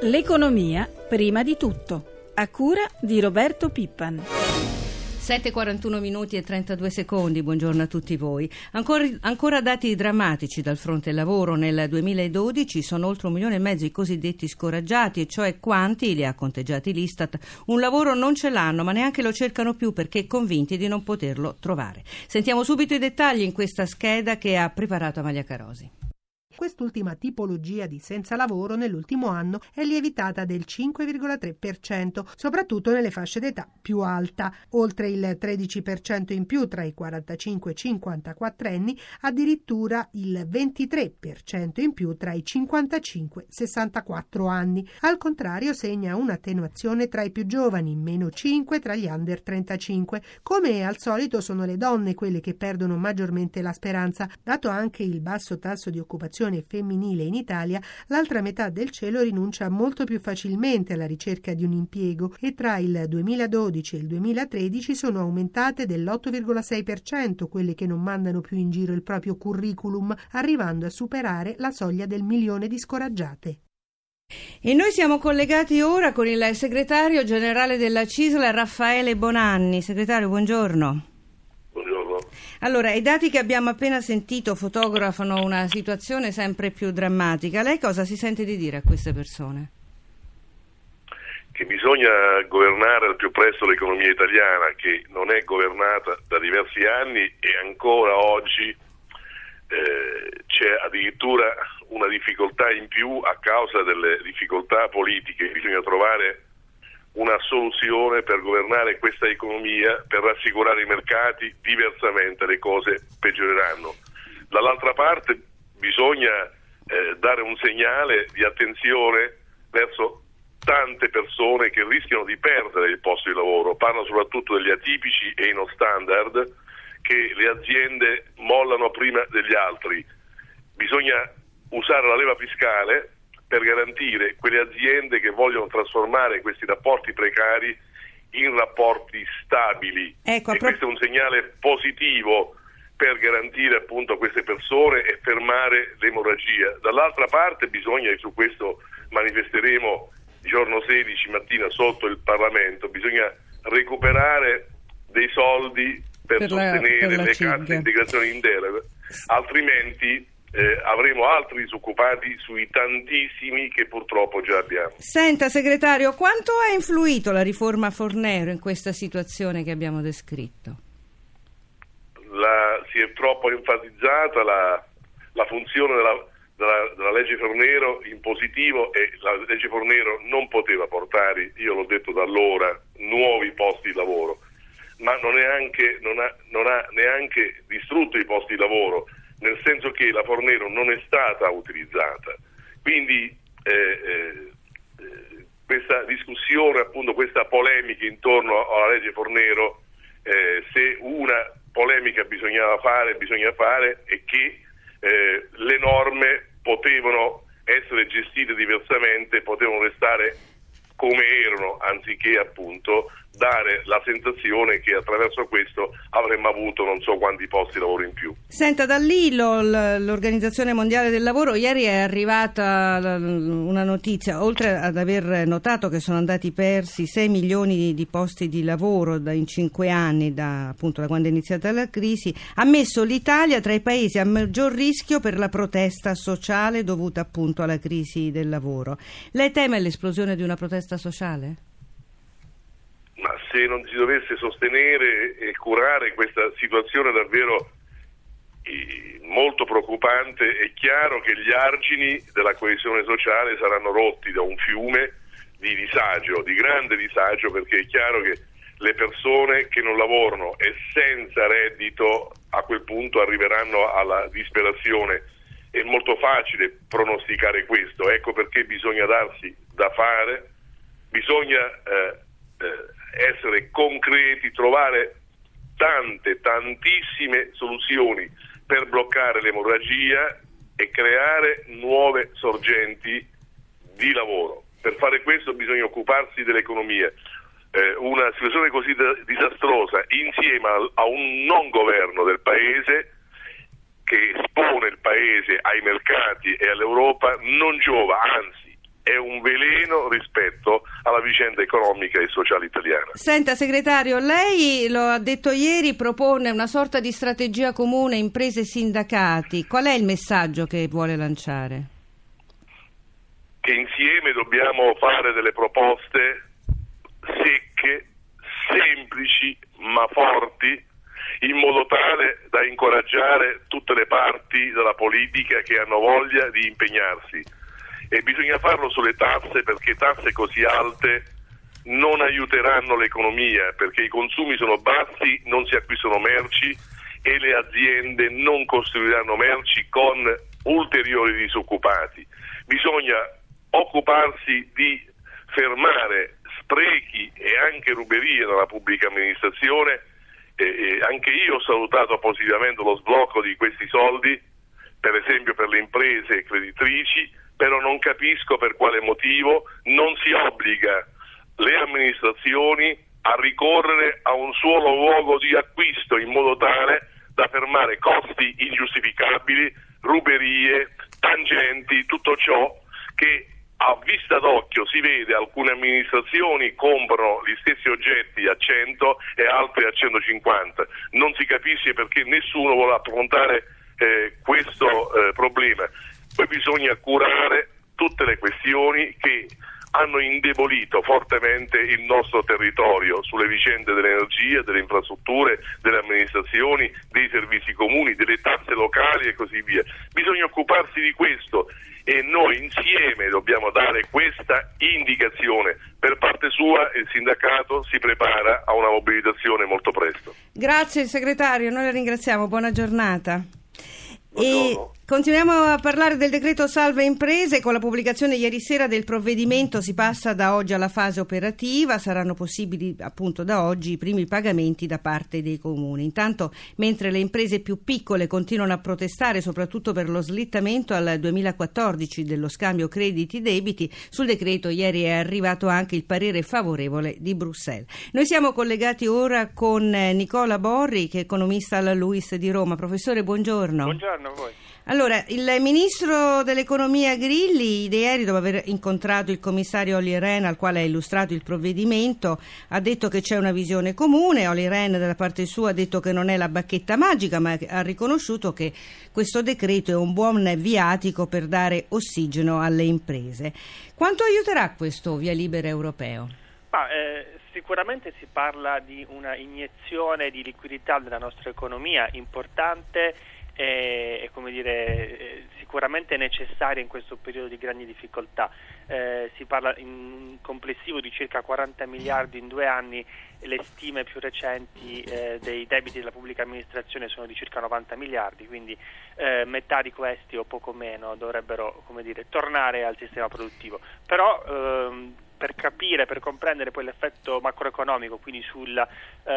L'economia prima di tutto, a cura di Roberto Pippan. 7:41 minuti e 32 secondi, buongiorno a tutti voi. Ancora dati drammatici dal fronte lavoro. Nel 2012 sono oltre 1,5 milioni i cosiddetti scoraggiati, e cioè quanti, li ha conteggiati l'Istat, un lavoro non ce l'hanno, ma neanche lo cercano più perché convinti di non poterlo trovare. Sentiamo subito i dettagli in questa scheda che ha preparato Amalia Carosi. Quest'ultima tipologia di senza lavoro nell'ultimo anno è lievitata del 5,3%, soprattutto nelle fasce d'età più alta, oltre il 13% in più tra i 45 e i 54 anni, addirittura il 23% in più tra i 55 e 64 anni. Al contrario segna un'attenuazione tra i più giovani, meno 5 tra gli under 35. Come al solito sono le donne quelle che perdono maggiormente la speranza, dato anche il basso tasso di occupazione femminile in Italia. L'altra metà del cielo rinuncia molto più facilmente alla ricerca di un impiego e tra il 2012 e il 2013 sono aumentate dell'8,6% quelle che non mandano più in giro il proprio curriculum, arrivando a superare la soglia del 1 milione di scoraggiate. E noi siamo collegati ora con il segretario generale della CISL, Raffaele Bonanni. Segretario, buongiorno. Allora, i dati che abbiamo appena sentito fotografano una situazione sempre più drammatica. Lei cosa si sente di dire a queste persone? Che bisogna governare al più presto l'economia italiana, che non è governata da diversi anni e ancora oggi c'è addirittura una difficoltà in più a causa delle difficoltà politiche. Bisogna trovare una soluzione per governare questa economia, per rassicurare i mercati, diversamente le cose peggioreranno. Dall'altra parte bisogna dare un segnale di attenzione verso tante persone che rischiano di perdere il posto di lavoro. Parlo soprattutto degli atipici e i non standard, che le aziende mollano prima degli altri. Bisogna usare la leva fiscale per garantire quelle aziende che vogliono trasformare questi rapporti precari in rapporti stabili. Questo è un segnale positivo per garantire appunto a queste persone e fermare l'emorragia. Dall'altra parte bisogna, e su questo manifesteremo il giorno 16 mattina sotto il Parlamento, bisogna recuperare dei soldi per sostenere le casse integrazione in deroga, altrimenti avremo altri disoccupati sui tantissimi che purtroppo già abbiamo. Senta, segretario, quanto ha influito la riforma Fornero in questa situazione che abbiamo descritto? Si è troppo enfatizzata la funzione della legge Fornero in positivo, e la legge Fornero non poteva portare, io l'ho detto da allora, nuovi posti di lavoro, ma non ha neanche distrutto i posti di lavoro, nel senso che la Fornero non è stata utilizzata. Quindi questa discussione, appunto questa polemica intorno alla legge Fornero, se una polemica bisogna fare è che le norme potevano essere gestite diversamente, potevano restare come erano, anziché appunto dare la sensazione che attraverso questo avremmo avuto non so quanti posti di lavoro in più. Senta, dall'ILO, l'Organizzazione Mondiale del Lavoro, ieri è arrivata una notizia, oltre ad aver notato che sono andati persi 6 milioni di posti di lavoro in 5 anni, da quando è iniziata la crisi, ha messo l'Italia tra i paesi a maggior rischio per la protesta sociale dovuta appunto alla crisi del lavoro. Lei teme l'esplosione di una protesta sociale? Ma se non si dovesse sostenere e curare questa situazione davvero molto preoccupante, è chiaro che gli argini della coesione sociale saranno rotti da un fiume di disagio, di grande disagio, perché è chiaro che le persone che non lavorano e senza reddito a quel punto arriveranno alla disperazione. È molto facile pronosticare questo, ecco perché bisogna darsi da fare, bisogna essere concreti, trovare tantissime soluzioni per bloccare l'emorragia e creare nuove sorgenti di lavoro. Per fare questo bisogna occuparsi dell'economia. Una situazione così disastrosa, insieme a un non governo del Paese che espone il Paese ai mercati e all'Europa, non giova, anzi è un veleno rispetto alla vicenda economica e sociale italiana. Senta segretario, lei lo ha detto ieri, propone una sorta di strategia comune imprese e sindacati. Qual è il messaggio che vuole lanciare? Che insieme dobbiamo fare delle proposte secche, semplici ma forti, in modo tale da incoraggiare tutte le parti della politica che hanno voglia di impegnarsi. E bisogna farlo sulle tasse, perché tasse così alte non aiuteranno l'economia, perché i consumi sono bassi, non si acquistano merci e le aziende non costruiranno merci con ulteriori disoccupati. Bisogna occuparsi di fermare sprechi e anche ruberie nella pubblica amministrazione. Anche io ho salutato positivamente lo sblocco di questi soldi, per esempio per le imprese creditrici, però non capisco per quale motivo non si obbliga le amministrazioni a ricorrere a un solo luogo di acquisto, in modo tale da fermare costi ingiustificabili, ruberie, tangenti, tutto ciò che a vista d'occhio si vede. Alcune amministrazioni comprano gli stessi oggetti a 100 e altre a 150. Non si capisce perché nessuno vuole affrontare questo problema. Poi bisogna curare tutte le questioni che hanno indebolito fortemente il nostro territorio sulle vicende dell'energia, delle infrastrutture, delle amministrazioni, dei servizi comuni, delle tasse locali e così via. Bisogna occuparsi di questo e noi insieme dobbiamo dare questa indicazione. Per parte sua il sindacato si prepara a una mobilitazione molto presto. Grazie segretario, noi la ringraziamo, buona giornata. Buongiorno. E continuiamo a parlare del decreto salva imprese. Con la pubblicazione ieri sera del provvedimento si passa da oggi alla fase operativa. Saranno possibili appunto da oggi i primi pagamenti da parte dei comuni. Intanto, mentre le imprese più piccole continuano a protestare soprattutto per lo slittamento al 2014 dello scambio crediti-debiti, sul decreto ieri è arrivato anche il parere favorevole di Bruxelles. Noi siamo collegati ora con Nicola Borri, che è economista alla LUISS di Roma. Professore, buongiorno. Buongiorno a voi. Allora, il ministro dell'economia Grilli ieri, dopo aver incontrato il commissario Olli Rehn, al quale ha illustrato il provvedimento, ha detto che c'è una visione comune. Olli Rehn dalla parte sua ha detto che non è la bacchetta magica, ma ha riconosciuto che questo decreto è un buon viatico per dare ossigeno alle imprese. Quanto aiuterà questo via libera europeo? Sicuramente si parla di una iniezione di liquidità nella nostra economia importante e sicuramente necessaria in questo periodo di grandi difficoltà. Si parla in complessivo di circa 40 miliardi in 2 anni, le stime più recenti dei debiti della pubblica amministrazione sono di circa 90 miliardi, quindi metà di questi o poco meno dovrebbero tornare al sistema produttivo. Però per capire, per comprendere poi l'effetto macroeconomico, quindi sul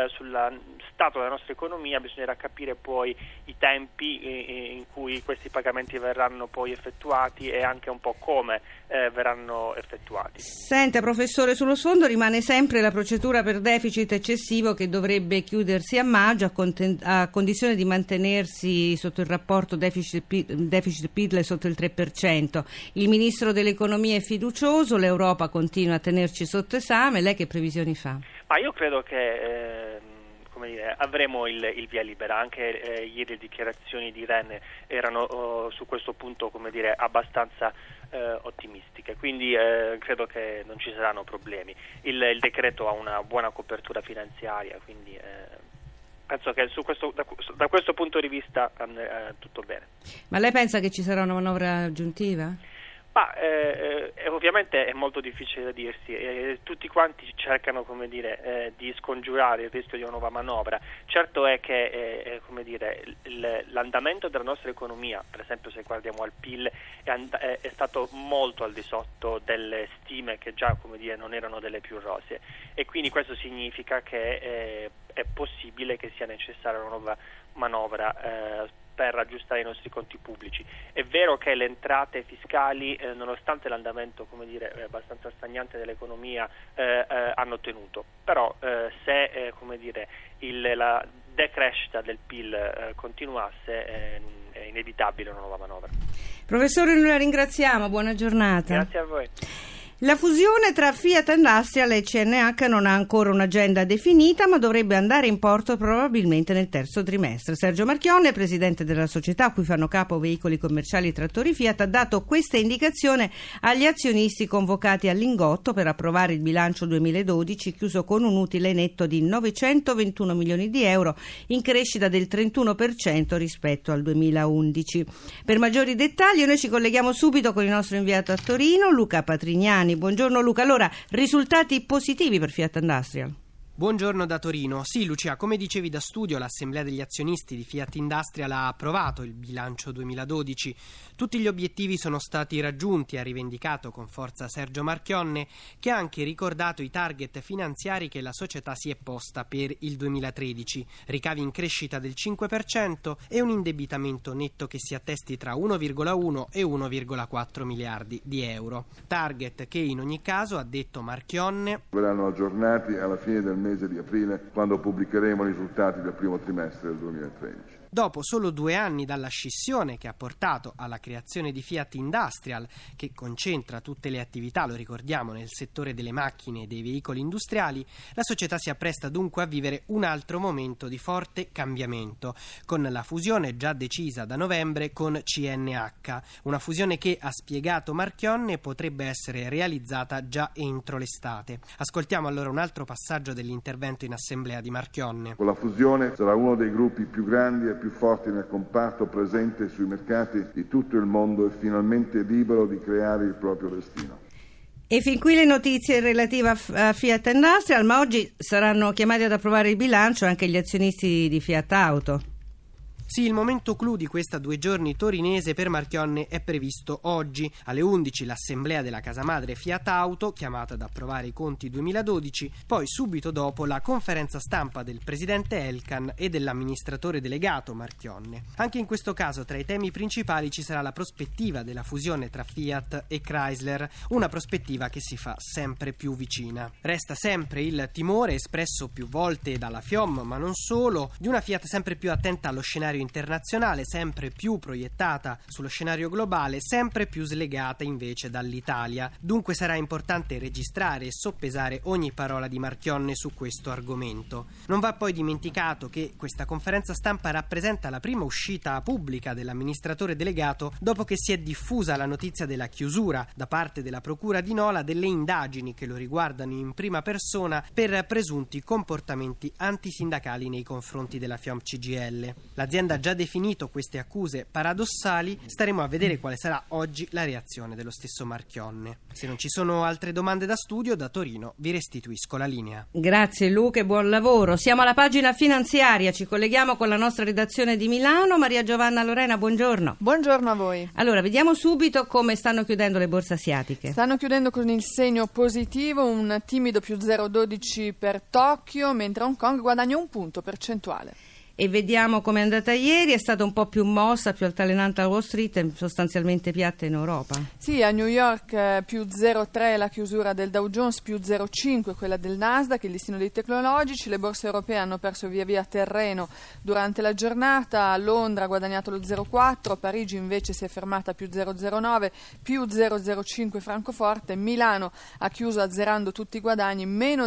stato della nostra economia, bisognerà capire poi i tempi in cui questi pagamenti verranno poi effettuati e anche un po' come verranno effettuati. Senta professore, sullo sfondo rimane sempre la procedura per deficit eccessivo che dovrebbe chiudersi a maggio a condizione di mantenersi sotto il rapporto deficit-PIL sotto il 3%. Il ministro dell'economia è fiducioso, l'Europa continua a tenerci sotto esame. Lei che previsioni fa? Ma io credo che avremo il via libera. Anche ieri le dichiarazioni di Rehn erano su questo punto abbastanza ottimistiche, quindi credo che non ci saranno problemi. Il decreto ha una buona copertura finanziaria, quindi penso che da questo punto di vista tutto bene. Ma lei pensa che ci sarà una manovra aggiuntiva? Ovviamente è molto difficile da dirsi, tutti quanti cercano di scongiurare il rischio di una nuova manovra. Certo è che l'andamento della nostra economia, per esempio se guardiamo al PIL, è stato molto al di sotto delle stime che già non erano delle più rosee, e quindi questo significa che è possibile che sia necessaria una nuova manovra per aggiustare i nostri conti pubblici. È vero che le entrate fiscali, nonostante l'andamento abbastanza stagnante dell'economia, hanno tenuto, però se la decrescita del PIL continuasse, è inevitabile una nuova manovra. Professore, noi la ringraziamo, buona giornata. Grazie a voi. La fusione tra Fiat Industrial e CNH non ha ancora un'agenda definita, ma dovrebbe andare in porto probabilmente nel terzo trimestre. Sergio Marchionne, presidente della società a cui fanno capo veicoli commerciali e trattori Fiat, ha dato questa indicazione agli azionisti convocati al Lingotto per approvare il bilancio 2012, chiuso con un utile netto di 921 milioni di euro, in crescita del 31% rispetto al 2011. Per maggiori dettagli noi ci colleghiamo subito con il nostro inviato a Torino, Luca Patrignani. Buongiorno Luca, allora risultati positivi per Fiat Industrial? Buongiorno da Torino. Sì, Lucia, come dicevi da studio, l'Assemblea degli azionisti di Fiat Industrial ha approvato il bilancio 2012. Tutti gli obiettivi sono stati raggiunti, ha rivendicato con forza Sergio Marchionne, che ha anche ricordato i target finanziari che la società si è posta per il 2013. Ricavi in crescita del 5% e un indebitamento netto che si attesti tra 1,1 e 1,4 miliardi di euro. Target che in ogni caso, ha detto Marchionne, verranno aggiornati alla fine del mese di aprile, quando pubblicheremo i risultati del primo trimestre del 2013. Dopo solo 2 anni dalla scissione che ha portato alla creazione di Fiat Industrial, che concentra tutte le attività, lo ricordiamo, nel settore delle macchine e dei veicoli industriali, la società si appresta dunque a vivere un altro momento di forte cambiamento, con la fusione già decisa da novembre con CNH, una fusione che, ha spiegato Marchionne, potrebbe essere realizzata già entro l'estate. Ascoltiamo allora un altro passaggio dell'intervento in assemblea di Marchionne. Con la fusione sarà uno dei gruppi più grandi e più forti nel comparto, presente sui mercati di tutto il mondo e finalmente libero di creare il proprio destino. E fin qui le notizie relative a Fiat Industrial, ma oggi saranno chiamati ad approvare il bilancio anche gli azionisti di Fiat Auto. Sì, il momento clou di questa 2 giorni torinese per Marchionne è previsto oggi. Alle 11 l'assemblea della casa madre Fiat Auto, chiamata ad approvare i conti 2012, poi subito dopo la conferenza stampa del presidente Elkann e dell'amministratore delegato Marchionne. Anche in questo caso tra i temi principali ci sarà la prospettiva della fusione tra Fiat e Chrysler, una prospettiva che si fa sempre più vicina. Resta sempre il timore, espresso più volte dalla FIOM, ma non solo, di una Fiat sempre più attenta allo scenario internazionale, sempre più proiettata sullo scenario globale, sempre più slegata invece dall'Italia. Dunque sarà importante registrare e soppesare ogni parola di Marchionne su questo argomento. Non va poi dimenticato che questa conferenza stampa rappresenta la prima uscita pubblica dell'amministratore delegato dopo che si è diffusa la notizia della chiusura da parte della Procura di Nola delle indagini che lo riguardano in prima persona per presunti comportamenti antisindacali nei confronti della FIOM CGIL. L'azienda ha già definito queste accuse paradossali, staremo a vedere quale sarà oggi la reazione dello stesso Marchionne. Se non ci sono altre domande da studio, da Torino vi restituisco la linea. Grazie Luca e buon lavoro. Siamo alla pagina finanziaria, ci colleghiamo con la nostra redazione di Milano. Maria Giovanna Lorena, buongiorno. Buongiorno a voi. Allora, vediamo subito come stanno chiudendo le borse asiatiche. Stanno chiudendo con il segno positivo, un timido più 0,12 per Tokyo, mentre Hong Kong guadagna 1 punto percentuale. E vediamo com'è andata ieri, è stata un po' più mossa, più altalenante a Wall Street e sostanzialmente piatta in Europa. Sì, a New York più 0,3 la chiusura del Dow Jones, più 0,5 quella del Nasdaq, il listino dei tecnologici. Le borse europee hanno perso via via terreno durante la giornata. Londra ha guadagnato lo 0,4, Parigi invece si è fermata più 0,09, più 0,05 Francoforte, Milano ha chiuso azzerando tutti i guadagni, meno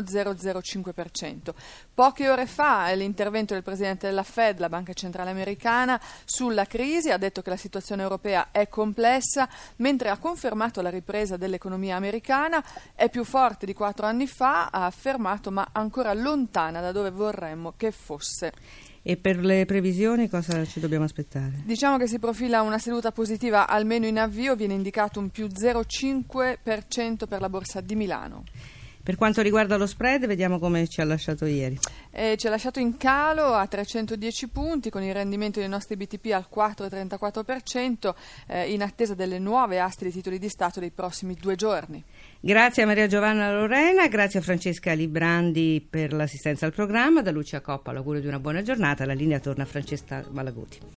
0,05%. Poche ore fa l'intervento del presidente della Fed, la banca centrale americana, sulla crisi, ha detto che la situazione europea è complessa, mentre ha confermato la ripresa dell'economia americana, è più forte di 4 anni fa, ha affermato, ma ancora lontana da dove vorremmo che fosse. E per le previsioni cosa ci dobbiamo aspettare? Diciamo che si profila una seduta positiva almeno in avvio, viene indicato un più 0,5% per la borsa di Milano. Per quanto riguarda lo spread, vediamo come ci ha lasciato ieri. Ci ha lasciato in calo a 310 punti con il rendimento dei nostri BTP al 4,34% in attesa delle nuove aste di titoli di Stato dei prossimi 2 giorni. Grazie a Maria Giovanna Lorena, grazie a Francesca Librandi per l'assistenza al programma, da Lucia Coppa l'augurio di una buona giornata, la linea torna a Francesca Malaguti.